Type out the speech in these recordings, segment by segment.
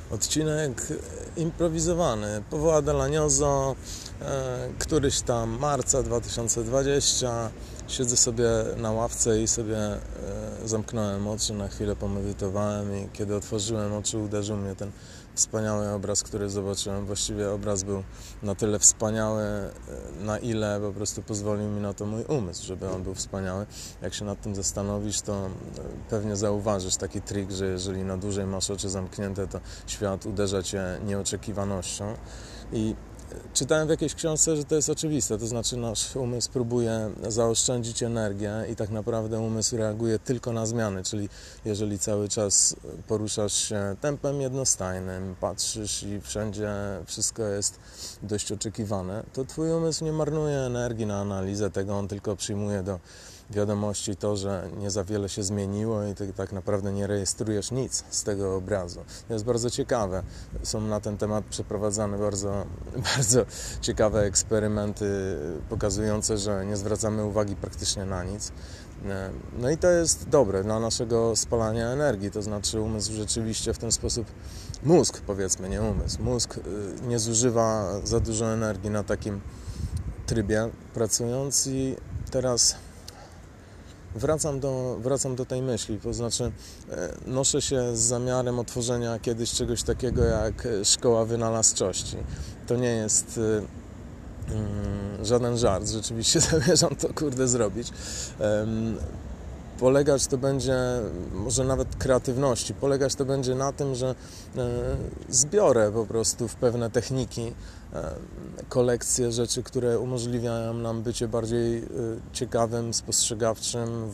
Odcinek improwizowany. Powoła Dell'Agnoso, któryś tam marca 2020. Siedzę sobie na ławce i sobie zamknąłem oczy, na chwilę pomedytowałem i kiedy otworzyłem oczy, uderzył mnie ten wspaniały obraz, który zobaczyłem. Właściwie obraz był na tyle wspaniały, na ile po prostu pozwolił mi na to mój umysł, żeby on był wspaniały. Jak się nad tym zastanowisz, to pewnie zauważysz taki trik, że jeżeli na dłużej masz oczy zamknięte, to świat uderza cię nieoczekiwanością. I czytałem w jakiejś książce, że to jest oczywiste, to znaczy nasz umysł próbuje zaoszczędzić energię i tak naprawdę umysł reaguje tylko na zmiany, czyli jeżeli cały czas poruszasz się tempem jednostajnym, patrzysz i wszędzie wszystko jest dość oczekiwane, to twój umysł nie marnuje energii na analizę tego, on tylko przyjmuje do wiadomości to, że nie za wiele się zmieniło i ty tak naprawdę nie rejestrujesz nic z tego obrazu. To jest bardzo ciekawe. Są na ten temat przeprowadzane bardzo ciekawe eksperymenty pokazujące, że nie zwracamy uwagi praktycznie na nic. No i to jest dobre dla naszego spalania energii, to znaczy umysł rzeczywiście w ten sposób, mózg powiedzmy, nie umysł, mózg nie zużywa za dużo energii na takim trybie pracując i teraz wracam do tej myśli, to znaczy noszę się z zamiarem otworzenia kiedyś czegoś takiego jak szkoła wynalazczości. To nie jest żaden żart, rzeczywiście zamierzam to zrobić. Polegać to będzie, może nawet kreatywności, polegać to będzie na tym, że zbiorę po prostu w pewne techniki kolekcje rzeczy, które umożliwiają nam bycie bardziej ciekawym, spostrzegawczym,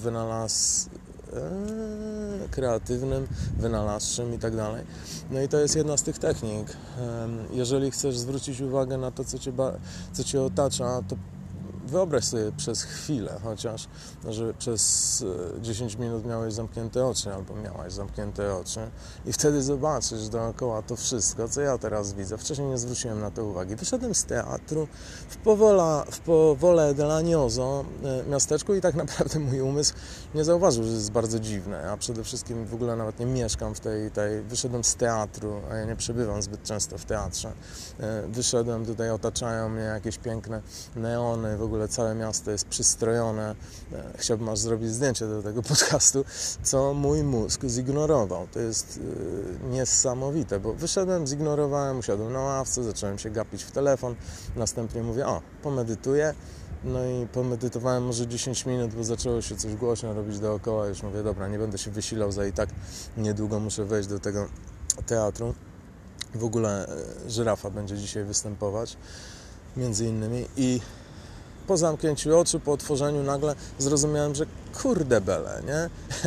kreatywnym, wynalazczym i tak dalej. No i to jest jedna z tych technik. Jeżeli chcesz zwrócić uwagę na to, co Cię otacza, to wyobraź sobie przez chwilę chociaż, że przez 10 minut miałeś zamknięte oczy albo miałaś zamknięte oczy i wtedy zobaczysz dookoła to wszystko, co ja teraz widzę. Wcześniej nie zwróciłem na to uwagi. Wyszedłem z teatru w Powole Dell'Agnoso, miasteczku i tak naprawdę mój umysł nie zauważył, że jest bardzo dziwne, a przede wszystkim w ogóle nawet nie mieszkam w tej. Wyszedłem z teatru, a ja nie przebywam zbyt często w teatrze. Wyszedłem, tutaj otaczają mnie jakieś piękne neony, w ogóle całe miasto jest przystrojone. Chciałbym aż zrobić zdjęcie do tego podcastu, co mój mózg zignorował. To jest niesamowite, bo wyszedłem, zignorowałem, usiadłem na ławce, zacząłem się gapić w telefon, następnie mówię, pomedytuję. No i pomedytowałem może 10 minut, bo zaczęło się coś głośno robić dookoła. Już mówię, dobra, nie będę się wysilał, za i tak niedługo muszę wejść do tego teatru. W ogóle Żyrafa będzie dzisiaj występować, między innymi. I po zamknięciu oczu, po otworzeniu nagle zrozumiałem, że kurde bele, nie?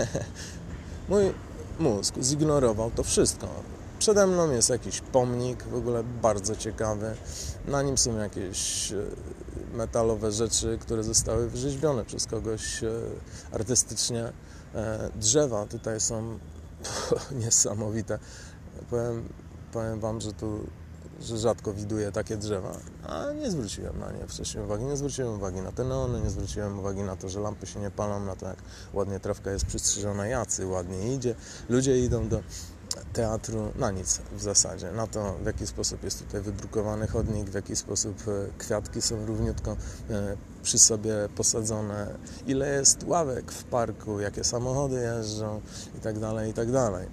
Mój mózg zignorował to wszystko. Przede mną jest jakiś pomnik, w ogóle bardzo ciekawy. Na nim są jakieś metalowe rzeczy, które zostały wyrzeźbione przez kogoś artystycznie. Drzewa tutaj są niesamowite. Powiem Wam, że rzadko widuję takie drzewa, a nie zwróciłem na nie wcześniej uwagi. Nie zwróciłem uwagi na te neony, nie zwróciłem uwagi na to, że lampy się nie palą, na to, jak ładnie trawka jest przystrzyżona, jacy ładnie idzie. Ludzie idą do teatru na nic w zasadzie, na to, w jaki sposób jest tutaj wydrukowany chodnik, w jaki sposób kwiatki są równiutko przy sobie posadzone, ile jest ławek w parku, jakie samochody jeżdżą i tak dalej, i tak dalej.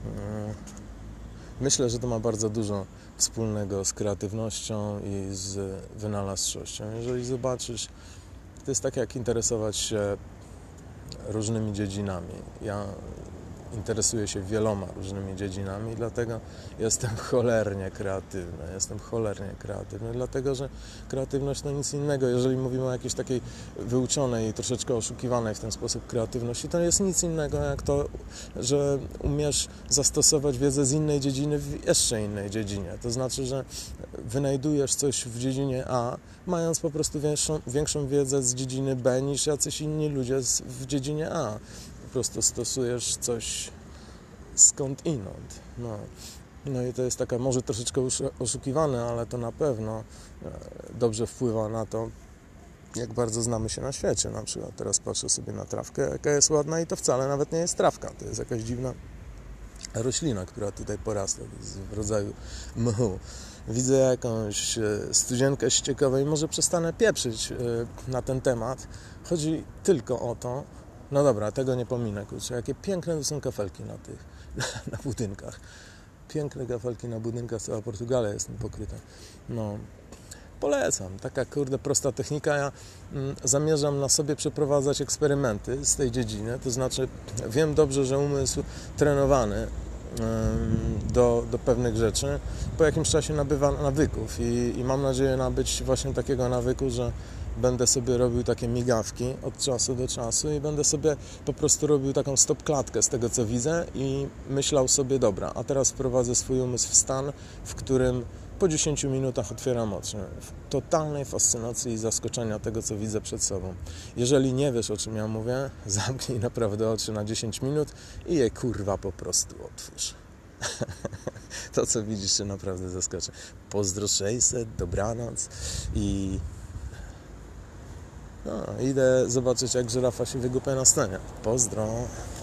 Myślę, że to ma bardzo dużo wspólnego z kreatywnością i z wynalazczością. Jeżeli zobaczysz, to jest tak jak interesować się różnymi dziedzinami. Ja interesuję się wieloma różnymi dziedzinami, dlatego jestem cholernie kreatywny, dlatego że kreatywność to nic innego. Jeżeli mówimy o jakiejś takiej wyuczonej, troszeczkę oszukiwanej w ten sposób kreatywności, to jest nic innego jak to, że umiesz zastosować wiedzę z innej dziedziny w jeszcze innej dziedzinie. To znaczy, że wynajdujesz coś w dziedzinie A, mając po prostu większą wiedzę z dziedziny B niż jacyś inni ludzie w dziedzinie A. Po prostu stosujesz coś skądinąd. No i to jest taka może troszeczkę oszukiwane, ale to na pewno dobrze wpływa na to, jak bardzo znamy się na świecie. Na przykład teraz patrzę sobie na trawkę, jaka jest ładna i to wcale nawet nie jest trawka. To jest jakaś dziwna roślina, która tutaj porasta, to jest w rodzaju mchu. Widzę jakąś studzienkę ściekową i może przestanę pieprzyć na ten temat. Chodzi tylko o to, no dobra, tego nie pominę, kurczę, jakie piękne to są kafelki na budynkach. Piękne kafelki na budynkach, cała Portugalia jest tym pokryta. No, polecam, taka kurde prosta technika. Ja zamierzam na sobie przeprowadzać eksperymenty z tej dziedziny, to znaczy wiem dobrze, że umysł trenowany do pewnych rzeczy po jakimś czasie nabywa nawyków i mam nadzieję nabyć właśnie takiego nawyku, że będę sobie robił takie migawki od czasu do czasu i będę sobie po prostu robił taką stop-klatkę z tego, co widzę i myślał sobie, dobra, a teraz wprowadzę swój umysł w stan, w którym po 10 minutach otwieram oczy w totalnej fascynacji i zaskoczenia tego, co widzę przed sobą. Jeżeli nie wiesz, o czym ja mówię, zamknij naprawdę oczy na 10 minut i je kurwa po prostu otwórz. To, co widzisz, się naprawdę zaskoczy. Pozdro 600, dobranoc i idę zobaczyć, jak żyrafa się wygłupia na scenie. Pozdro.